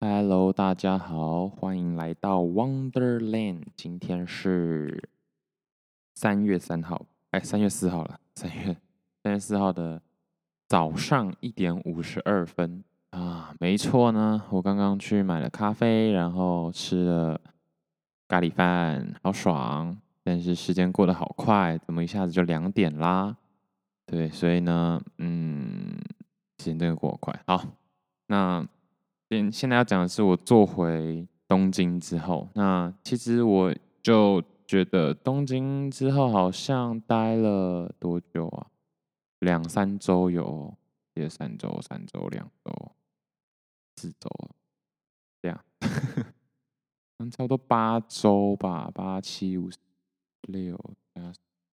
Hello，大家好，欢迎来到 Wonderland。今天是3月3号，3月4号了。3月4号的早上1点52分啊，没错呢。我刚刚去买了咖啡，然后吃了咖喱饭，好爽。但是时间过得好快，怎么一下子就2点啦？对，所以呢，时间真的过得快。好，那现在要讲的是我坐回东京之后，那其实我就觉得东京之后好像待了多久啊？2、3周有哦，也3周、3周、2周、4周这样，差不多8周吧，8、7、5、6加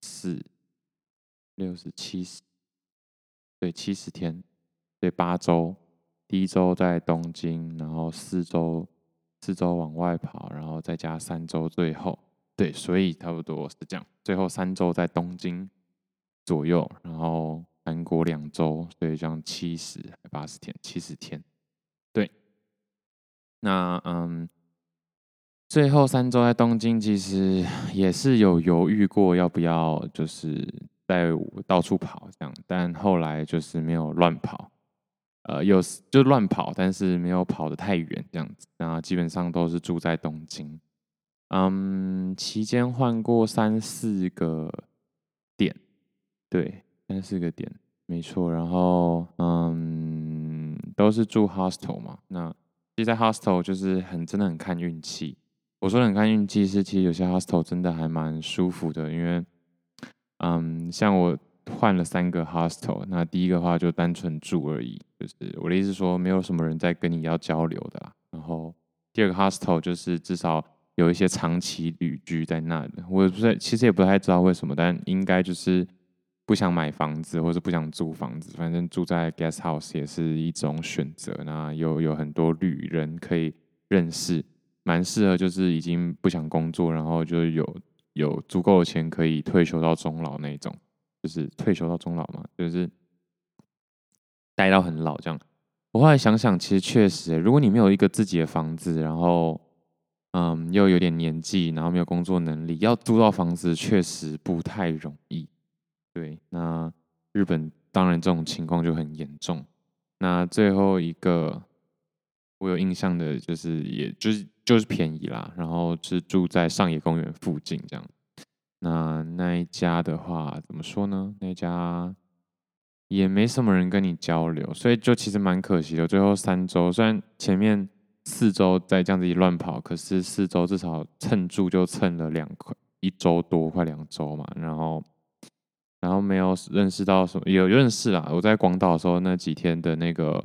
4、60、70，对，70天，对8周。第一周在东京，然后四周往外跑，然后再加3周最后，对，所以差不多是这样。最后3周在东京左右，然后韩国2周，所以这样70、80天，70天。对，那最后3周在东京，其实也是有犹豫过要不要就是在到处跑这样，但后来就是没有乱跑。就乱跑，但是没有跑得太远这样子。那基本上都是住在东京，期间换过3、4个点，对，3、4个点，没错。然后都是住 hostel 嘛。那其实在 hostel 就是真的很看运气。我说的很看运气是，其实有些 hostel 真的还蛮舒服的，因为像我换了3个 hostel，那第一个话就单纯住而已，就是我的意思是说，没有什么人在跟你要交流的啦。然后第二个 hostel 就是至少有一些长期旅居在那的，我不是其实也不太知道为什么，但应该就是不想买房子，或是不想租房子，反正住在 guest house 也是一种选择。那有很多旅人可以认识，蛮适合就是已经不想工作，然后就有足够的钱可以退休到终老那种，就是退休到终老嘛，就是待到很老这样。我后来想想，其实确实欸，如果你没有一个自己的房子，然后又有点年纪，然后没有工作能力，要租到房子确实不太容易。对，那日本当然这种情况就很严重。那最后一个我有印象的就是，也就是便宜啦，然后是住在上野公园附近这样。那一家的话，怎么说呢？那一家也没什么人跟你交流，所以就其实蛮可惜的。最后3周，虽然前面4周在这样子一乱跑，可是4周至少蹭住就蹭了1周多，快2周嘛。然后没有认识到什么，有认识啦。我在广岛的时候那几天的那个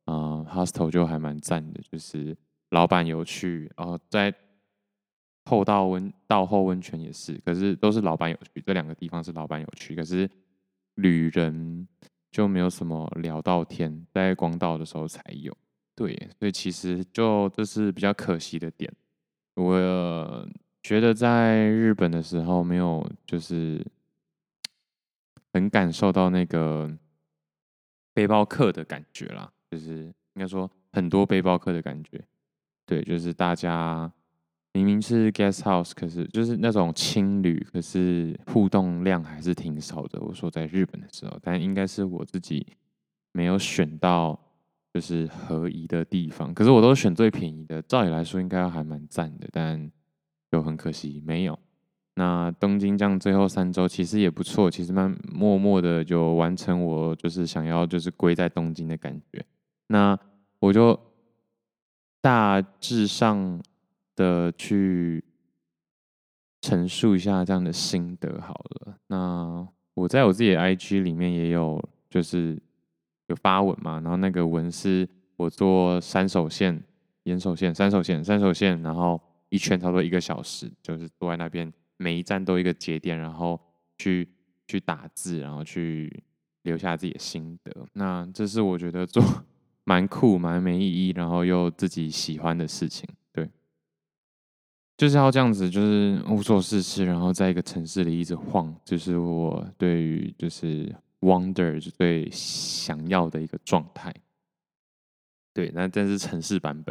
hostel 就还蛮赞的，就是老板有去，然后在道后温泉也是，可是都是老板有去，这2个地方是老板有去，可是旅人就没有什么聊到天，在广岛的时候才有。对，所以其实这是比较可惜的点。我觉得在日本的时候没有就是很感受到那个背包客的感觉啦，就是应该说很多背包客的感觉。对，就是大家明明是 guest house，可是就是那种青旅，可是互动量还是挺少的。我说在日本的时候，但应该是我自己没有选到就是合宜的地方，可是我都选最便宜的，照理来说应该还蛮赞的，但就很可惜没有。那东京这样最后3周其实也不错，其实默默的就完成我就是想要就是归在东京的感觉。那我就大致上的去陈述一下这样的心得好了。那我在我自己的 IG 里面也有就是有发文嘛，然后那个文是我做山手线、山手线，然后一圈差不多1个小时，就是坐在那边，每一站都一个节点，然后去打字，然后去留下自己的心得。那这是我觉得做蛮酷、蛮没意义，然后又自己喜欢的事情。对，就是要这样子，就是无所事事，然后在一个城市里一直晃，就是我对于就是 Wonder 最想要的一个状态。对，那这是城市版本。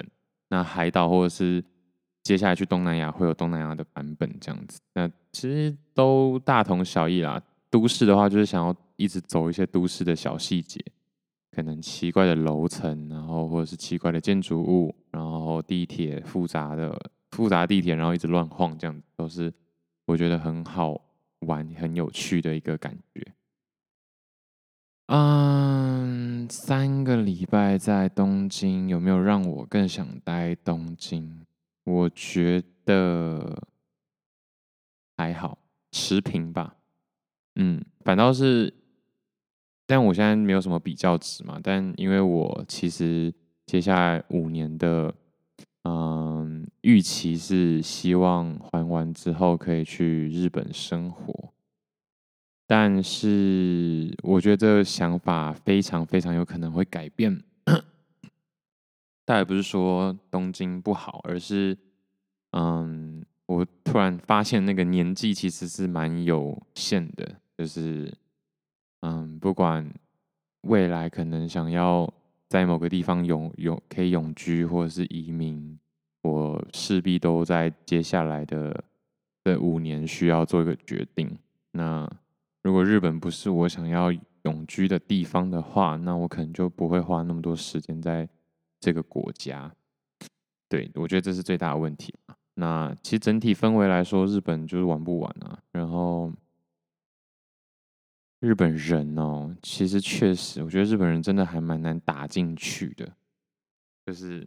那海岛或者是接下来去东南亚会有东南亚的版本这样子。那其实都大同小异啦。都市的话，就是想要一直走一些都市的小细节，可能奇怪的楼层，然后或者是奇怪的建筑物，然后地铁复杂地铁，然后一直乱晃，这样子都是我觉得很好玩、很有趣的一个感觉。3个礼拜在东京，有没有让我更想待东京？我觉得还好，持平吧。反倒是，但我现在没有什么比较值嘛。但因为我其实接下来5年的预期是希望还完之后可以去日本生活，但是我觉得这个想法非常非常有可能会改变。倒也不是说东京不好，而是我突然发现那个年纪其实是蛮有限的，就是不管未来可能想要在某个地方可以永居或者是移民，我势必都在接下来的这5年需要做一个决定。那如果日本不是我想要永居的地方的话，那我可能就不会花那么多时间在这个国家。对，我觉得这是最大的问题嘛。那其实整体氛围来说，日本就是玩不完啊。然后日本人哦，其实确实，我觉得日本人真的还蛮难打进去的。就是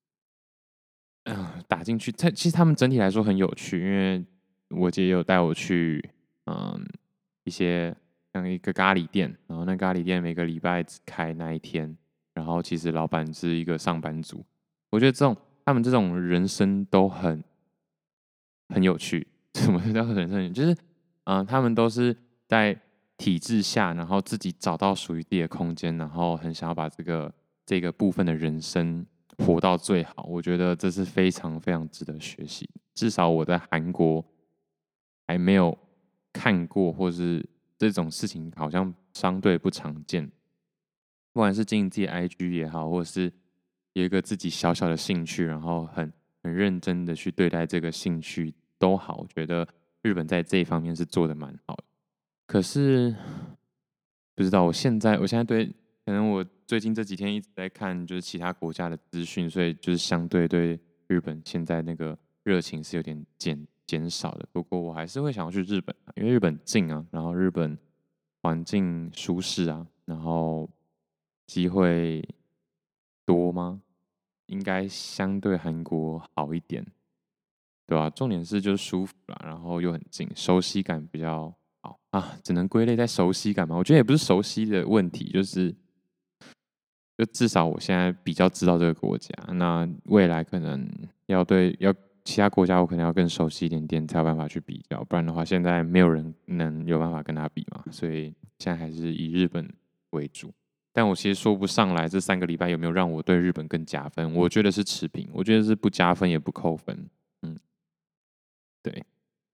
打进去，其实他们整体来说很有趣，因为我姐也有带我去，嗯，一些像一个咖喱店，然后那咖喱店每个礼拜只开那一天，然后其实老板是一个上班族。我觉得他们这种人生都很有趣。什么叫人生？就是他们都是在体制下，然后自己找到属于自己的空间，然后很想要把这个部分的人生活到最好。我觉得这是非常非常值得学习。至少我在韩国还没有看过，或是这种事情好像相对不常见。不管是经营自己的 IG 也好，或者是有一个自己小小的兴趣，然后很认真的去对待这个兴趣都好，我觉得日本在这一方面是做的蛮好的。可是不知道，我现在对，可能我最近这几天一直在看就是其他国家的资讯，所以就是相对对日本现在那个热情是有点减少的。不过我还是会想要去日本啊，因为日本近啊，然后日本环境舒适啊，然后机会多吗？应该相对韩国好一点，对吧？重点是就是舒服啦，然后又很近，熟悉感比较好啊，只能归类在熟悉感嘛。我觉得也不是熟悉的问题，就至少我现在比较知道这个国家，那未来可能要其他国家，我可能要更熟悉一点点，才有办法去比较，不然的话，现在没有人能有办法跟他比嘛。所以现在还是以日本为主。但我其实说不上来这3个礼拜有没有让我对日本更加分，我觉得是持平，我觉得是不加分也不扣分。嗯，对。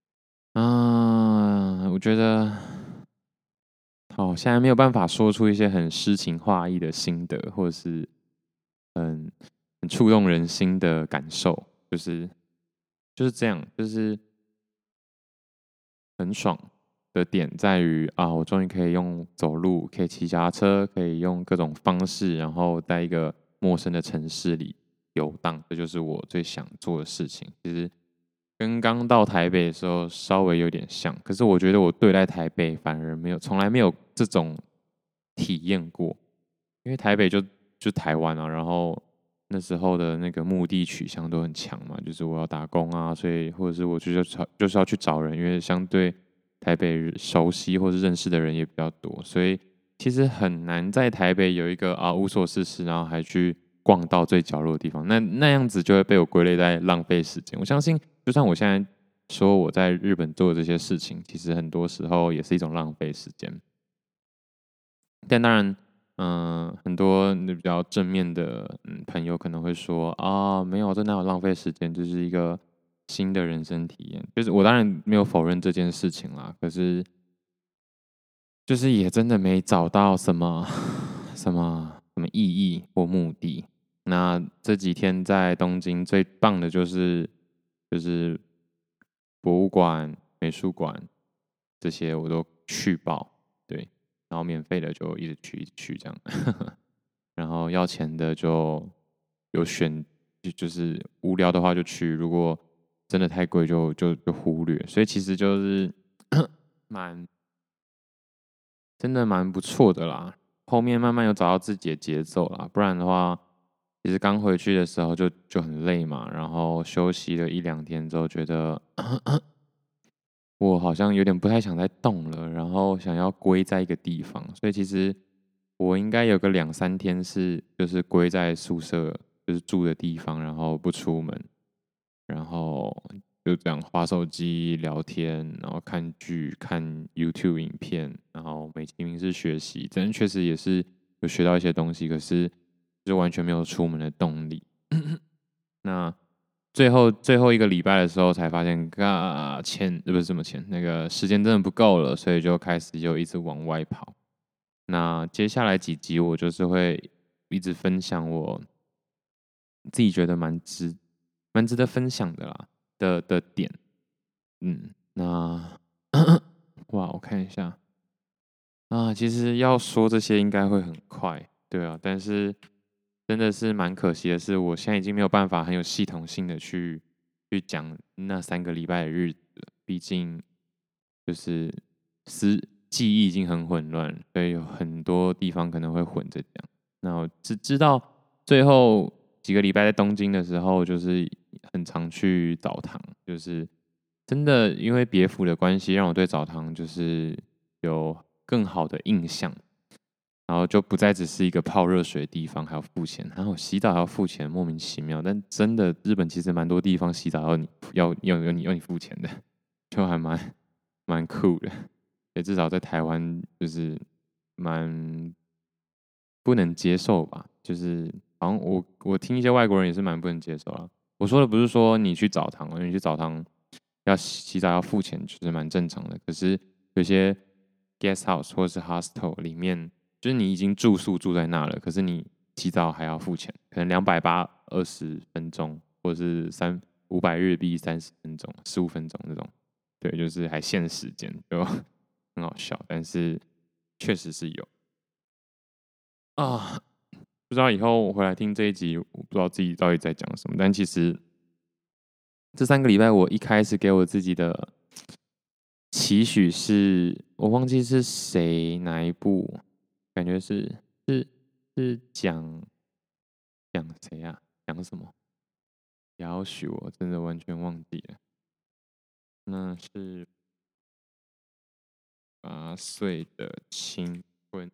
我觉得，现在没有办法说出一些很诗情画意的心得，或者是很很触动人心的感受，就是这样，就是很爽的点在于啊，我终于可以用走路，可以骑脚踏车，可以用各种方式，然后在一个陌生的城市里游荡，这就是我最想做的事情。其实跟刚到台北的时候稍微有点像，可是我觉得我对待台北反而从来没有这种体验过，因为台北就台湾啊，然后那时候的那个目的取向都很强嘛，就是我要打工啊，所以或者是我就是要去找人，因为相对台北熟悉或是认识的人也比较多，所以其实很难在台北有一个无所事事，然后还去逛到最角落的地方，那样子就会被我归类在浪费时间。我相信，就算我现在说我在日本做的这些事情，其实很多时候也是一种浪费时间。但当然，很多比较正面的朋友可能会说啊，没有，这哪有浪费时间，就是一个新的人生体验。就是我当然没有否认这件事情啦，可是就是也真的没找到什么意义或目的。 那这几天在东京最棒的就是博物馆、美术馆这些我都去爆，对，然后免费的就一直去这样，然后要钱的就有选，就是无聊的话就去，如果真的太贵就忽略，所以其实就是蛮真的蛮不错的啦。后面慢慢有找到自己的节奏啦，不然的话，其实刚回去的时候就很累嘛，然后休息了一两天之后，觉得我好像有点不太想再动了，然后想要归在一个地方，所以其实我应该有个两三天是就是归在宿舍，就是住的地方，然后不出门，然后就这样滑手机聊天，然后看剧、看 YouTube 影片，然后美其名是学习，真确实也是有学到一些东西，可是就完全没有出门的动力。那最后一个礼拜的时候，才发现，钱不是什么钱，那个时间真的不够了，所以就开始一直往外跑。那接下来几集我就是会一直分享我自己觉得蛮值得分享的啦的点，那哇，我看一下啊，其实要说这些应该会很快，对啊，但是真的是蛮可惜的是，我现在已经没有办法很有系统性的去讲那3个礼拜的日子了，毕竟就是记忆已经很混乱，所以有很多地方可能会混着讲。那我只知道最后几个礼拜在东京的时候，就是很常去澡堂，就是真的因为别府的关系，让我对澡堂就是有更好的印象，然后就不再只是一个泡热水的地方，还要付钱，然后洗澡还要付钱，莫名其妙。但真的日本其实蛮多地方洗澡要你付钱的，就还蛮酷的。也至少在台湾就是蛮不能接受吧，就是好像我听一些外国人也是蛮不能接受啦。我说的不是说你去澡堂，你去澡堂要洗澡要付钱，就是蛮正常的。可是有些 guest house 或是 hostel 里面，就是你已经住宿住在那了，可是你洗澡还要付钱，可能28020分钟，或者是500日币30分钟、15分钟这种，对，就是还限时间，就很好笑，但是确实是有啊。不知道以后我回来听这一集，我不知道自己到底在讲什么。但其实这3个礼拜，我一开始给我自己的期许是，我忘记是哪一部，感觉是讲谁啊？讲什么？要许我真的完全忘记了。那是8岁的青春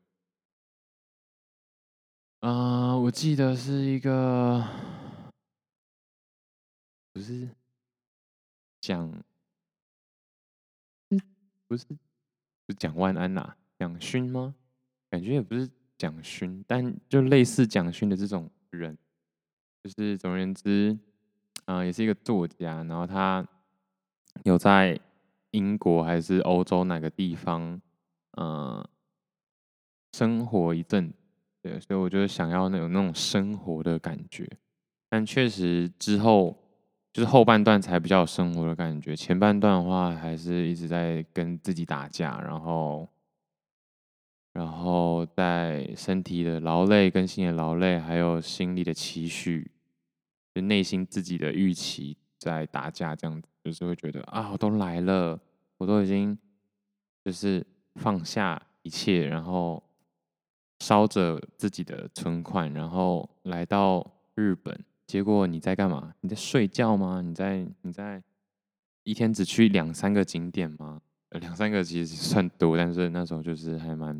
啊，我记得是一个，不是讲，不是蒋万安呐、蒋勋吗？感觉也不是蒋勋，但就类似蒋勋的这种人，就是总而言之，也是一个作家，然后他有在英国还是欧洲哪个地方，呃，生活一阵，对，所以我就想要有那种生活的感觉，但确实之后就是后半段才比较有生活的感觉，前半段的话还是一直在跟自己打架，然后在身体的劳累、跟心的劳累，还有心里的期许，就内心自己的预期在打架，这样子就是会觉得啊，我都来了，我都已经就是放下一切，然后烧着自己的存款，然后来到日本，结果你在干嘛？你在睡觉吗？你在一天只去两三个景点吗？两三个其实算多，但是那时候就是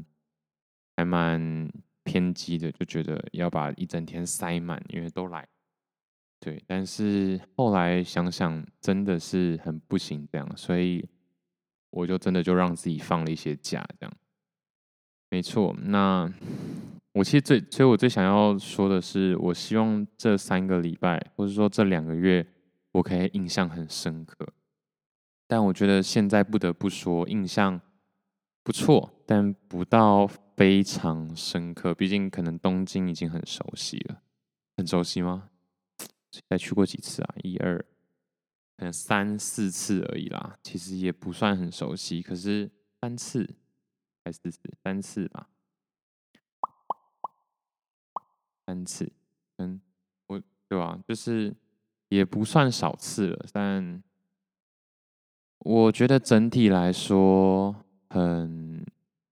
还蛮偏激的，就觉得要把一整天塞满，因为都来。对，但是后来想想，真的是很不行这样，所以我就真的就让自己放了一些假，这样。没错，那我其实所以我最想要说的是，我希望这3个礼拜，或者说这2个月，我可以印象很深刻。但我觉得现在不得不说，印象不错，但不到非常深刻。毕竟可能东京已经很熟悉了。 很熟悉吗？才去过几次啊？一二，可能3、4次而已啦。其实也不算很熟悉，可是3次还4次，3次吧，3次。嗯，对啊，就是也不算少次了，但我觉得整体来说很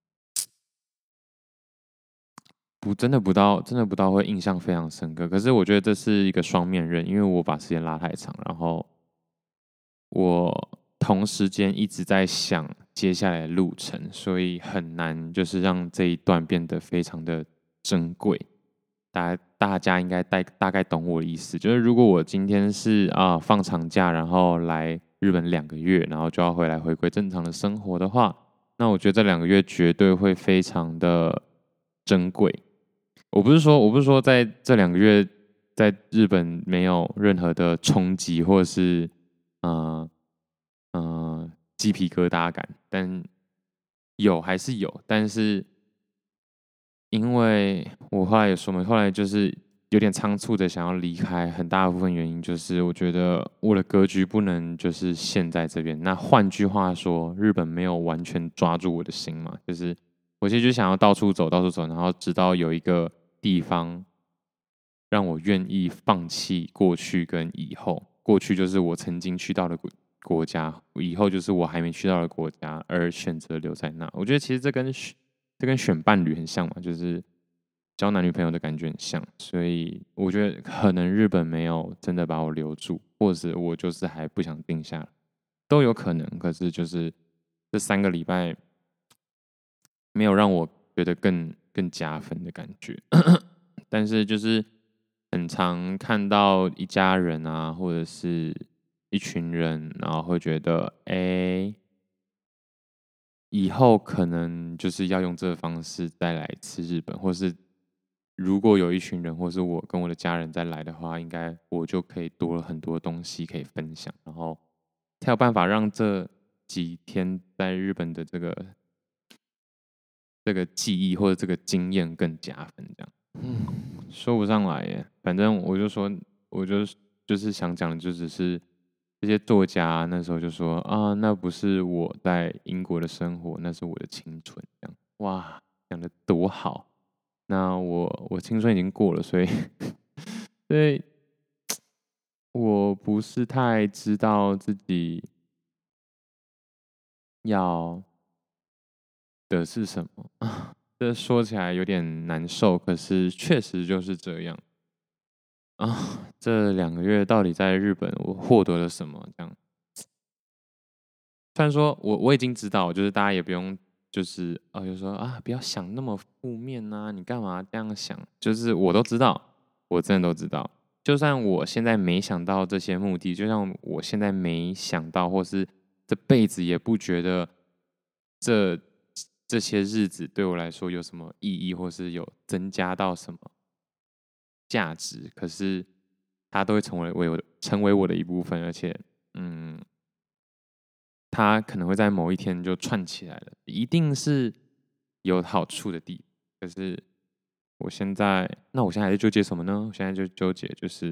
真的不到会印象非常深刻。可是我觉得这是一个双面刃，因为我把时间拉太长，然后我同时间一直在想接下来的路程，所以很难就是让这一段变得非常的珍贵。大家应该大概懂我的意思，就是如果我今天是放长假，然后来日本2个月，然后就要回归正常的生活的话，那我觉得这2个月绝对会非常的珍贵。我不是说在这2个月在日本没有任何的冲击，或者是呃鸡皮疙瘩感，但有还是有，但是因为我后来也说嘛，后来就是有点仓促的想要离开，很大部分原因就是我觉得我的格局不能就是陷在这边。那换句话说，日本没有完全抓住我的心嘛，就是我其实就想要到处走，到处走，然后直到有一个地方让我愿意放弃过去跟以后。过去就是我曾经去到的国家，以后就是我还没去到的国家，而选择留在那。我觉得其实这跟选伴侣很像嘛，就是交男女朋友的感觉很像。所以我觉得可能日本没有真的把我留住，或者是我就是还不想定下来，都有可能。可是就是这3个礼拜没有让我觉得更加分的感觉。但是就是很常看到一家人啊，或者是一群人，然后会觉得，以后可能就是要用这个方式再来一次日本，或是如果有一群人，或是我跟我的家人再来的话，应该我就可以多了很多东西可以分享，然后才有办法让这几天在日本的这个记忆或者这个经验更加分，这样。说不上来耶，反正我就说，我就是想讲的，就只是这些作家那时候就说啊，那不是我在英国的生活，那是我的青春，这样哇，讲的多好。那我青春已经过了，所以所以我不是太知道自己要的是什么啊，这说起来有点难受，可是确实就是这样。这2个月到底在日本我获得了什么？这样，虽然说我已经知道，就是大家也不用就是就说不要想那么负面啊，你干嘛这样想？就是我都知道，我真的都知道。就算我现在没想到这些目的，就像我现在没想到，或是这辈子也不觉得这这些日子对我来说有什么意义，或是有增加到什么价值，可是它都会成为我的一部分，而且，嗯，它可能会在某一天就串起来了，一定是有好处的地方。可是我现在还在纠结什么呢？我现在就纠结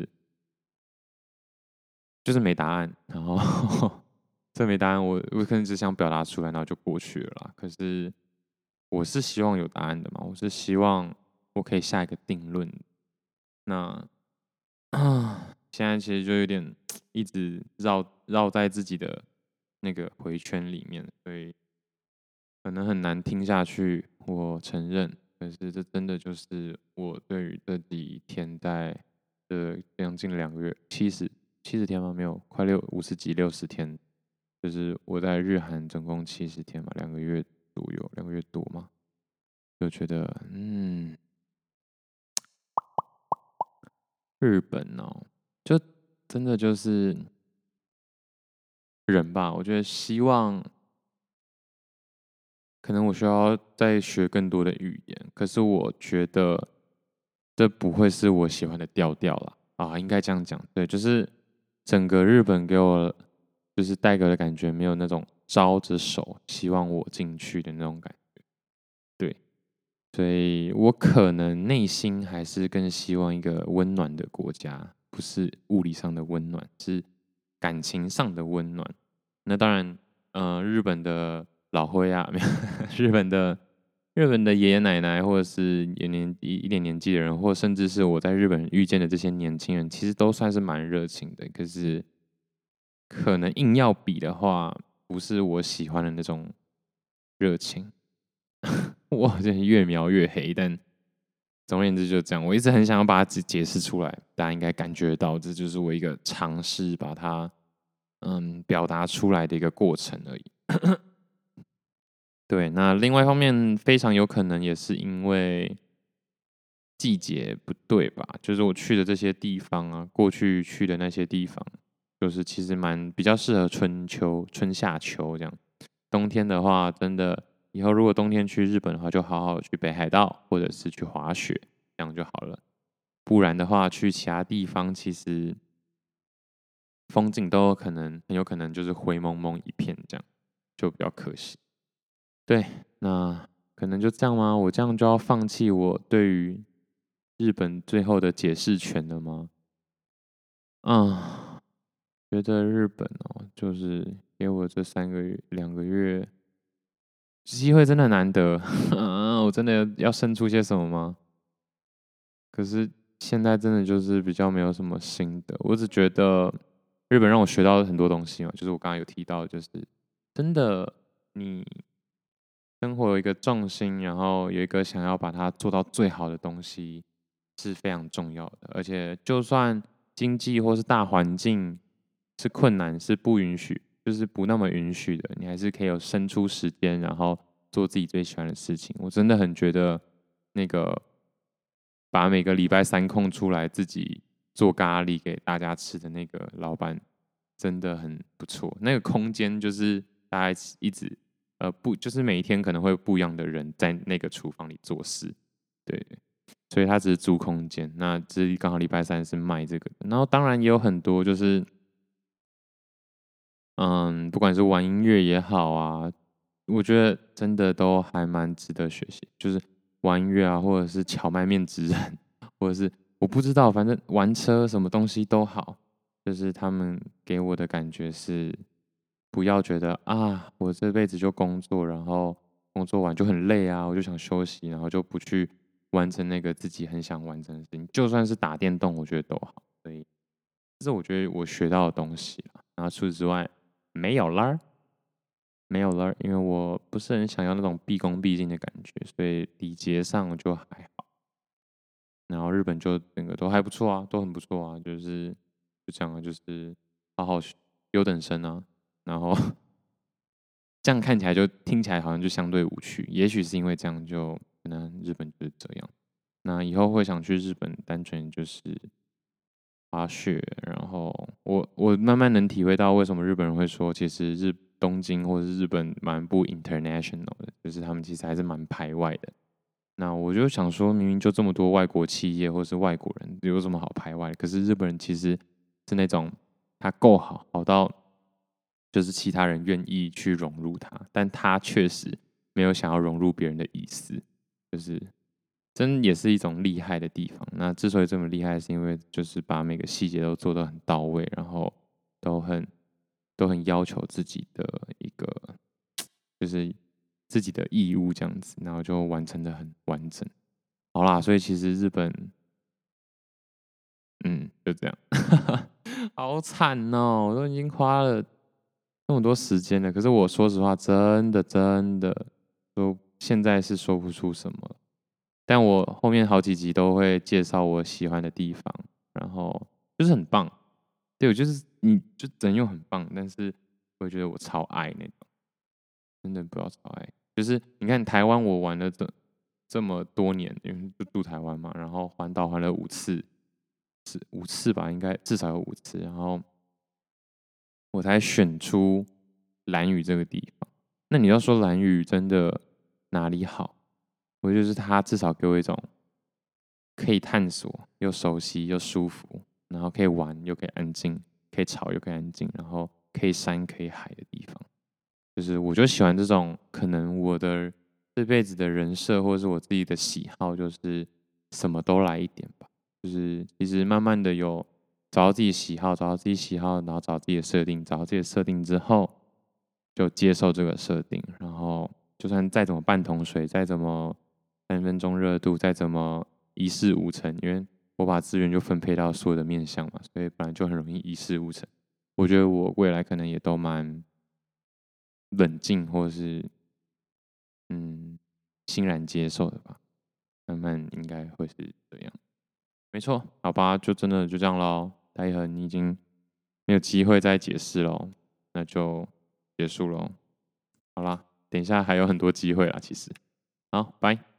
就是没答案，然后这没答案，我可能只想表达出来，然后就过去了啦。可是我是希望有答案的嘛，我是希望我可以下一个定论。那现在其实就有点一直绕在自己的那个回圈里面，所以可能很难听下去。我承认，可是这真的就是我对于这几天在将近2个月，七十天吗？没有，快50几60天，就是我在日韩总共70天嘛，2个月左右，2个月多嘛，就觉得日本哦，就真的就是人吧。我觉得希望可能我需要再学更多的语言，可是我觉得这不会是我喜欢的调调啦。应该这样讲，对，就是整个日本给我就是带给我的感觉，没有那种招着手希望我进去的那种感觉，对。 所以我可能内心还是更希望一个温暖的国家，不是物理上的温暖，是感情上的温暖。那当然，日本的老灰啊，没有日本的爷爷奶奶，或者是一点年纪的人，或甚至是我在日本遇见的这些年轻人，其实都算是蛮热情的。可是，可能硬要比的话，不是我喜欢的那种热情。我好像越描越黑，但总而言之就是这样。我一直很想要把它解释出来，大家应该感觉到，这就是我一个尝试把它表达出来的一个过程而已。对，那另外一方面，非常有可能也是因为季节不对吧？就是我去的这些地方啊，过去去的那些地方，就是其实比较适合春夏秋这样。冬天的话，真的以后如果冬天去日本的话，就好好去北海道或者是去滑雪，这样就好了。不然的话，去其他地方其实风景都很有可能就是灰蒙蒙一片，这样就比较可惜。对，那可能就这样吗？我这样就要放弃我对于日本最后的解释权了吗？啊，觉得日本哦，就是给我这2个月机会真的难得，我真的要生出些什么吗？可是现在真的就是比较没有什么心得，我只觉得日本让我学到很多东西嘛，就是我刚刚有提到，就是真的你生活有一个重心，然后有一个想要把它做到最好的东西是非常重要的，而且就算经济或是大环境是困难，是不允许，就是不那么允许的，你还是可以有生出时间，然后做自己最喜欢的事情。我真的很觉得那个把每个礼拜三空出来自己做咖喱给大家吃的那个老板真的很不错。那个空间就是大家一直不就是每一天可能会有不一样的人在那个厨房里做事，对，所以他只是租空间。那这刚好礼拜三是卖这个的，然后当然也有很多就是不管是玩音乐也好啊，我觉得真的都还蛮值得学习。就是玩音乐啊，或者是荞麦面职人，或者是我不知道，反正玩车什么东西都好，就是他们给我的感觉是，不要觉得啊，我这辈子就工作，然后工作完就很累啊，我就想休息，然后就不去完成那个自己很想完成的事情，就算是打电动，我觉得都好。所以这是我觉得我学到的东西啦。然后除此之外，没有啦，没有了，因为我不是很想要那种毕恭毕敬的感觉，所以礼节上就还好。然后日本就整个都还不错啊，都很不错啊，就这样啊，就是好好学优等生啊。然后这样看起来就听起来好像就相对无趣，也许是因为这样就可能日本就是这样。那以后会想去日本，单纯就是滑雪，然后我慢慢能体会到为什么日本人会说，其实东京或者是日本蛮不 international 的，就是他们其实还是蛮排外的。那我就想说，明明就这么多外国企业或是外国人，有什么好排外的？可是日本人其实是那种他够好，好到就是其他人愿意去融入他，但他确实没有想要融入别人的意思，就是真也是一种厉害的地方。那之所以这么厉害，是因为就是把每个细节都做得很到位，然后都很都很要求自己的一个就是自己的义务这样子，然后就完成的很完整。好啦，所以其实日本，就这样，好惨哦！我都已经花了那么多时间了，可是我说实话，真的都现在是说不出什么了。但我后面好几集都会介绍我喜欢的地方，然后就是很棒。对，我就是你就整用很棒，但是我觉得我超爱那种，真的不要超爱。就是你看台湾，我玩了这么多年，因为就住台湾嘛，然后环岛环了5次，是5次吧，应该至少有5次，然后我才选出兰屿这个地方。那你要说兰屿真的哪里好？我就是它至少给我一种可以探索又熟悉又舒服，然后可以玩又可以安静，可以吵又可以安静，然后可以山可以海的地方。就是我就喜欢这种可能我的这辈子的人设或是我自己的喜好，就是什么都来一点吧。就是其实慢慢的有找到自己喜好，找到自己喜好，然后找到自己的设定，找到自己的设定之后，就接受这个设定，然后就算再怎么半桶水，再怎么3分钟热度，再怎么一事无成，因为我把资源就分配到所有的面向嘛，所以本来就很容易一事无成。我觉得我未来可能也都蛮冷静，或者是嗯欣然接受的吧。慢慢应该会是这样。没错，好吧，就真的就这样咯。大一恒，你已经没有机会再解释咯，那就结束咯。好啦，等一下还有很多机会啦，其实。好，拜。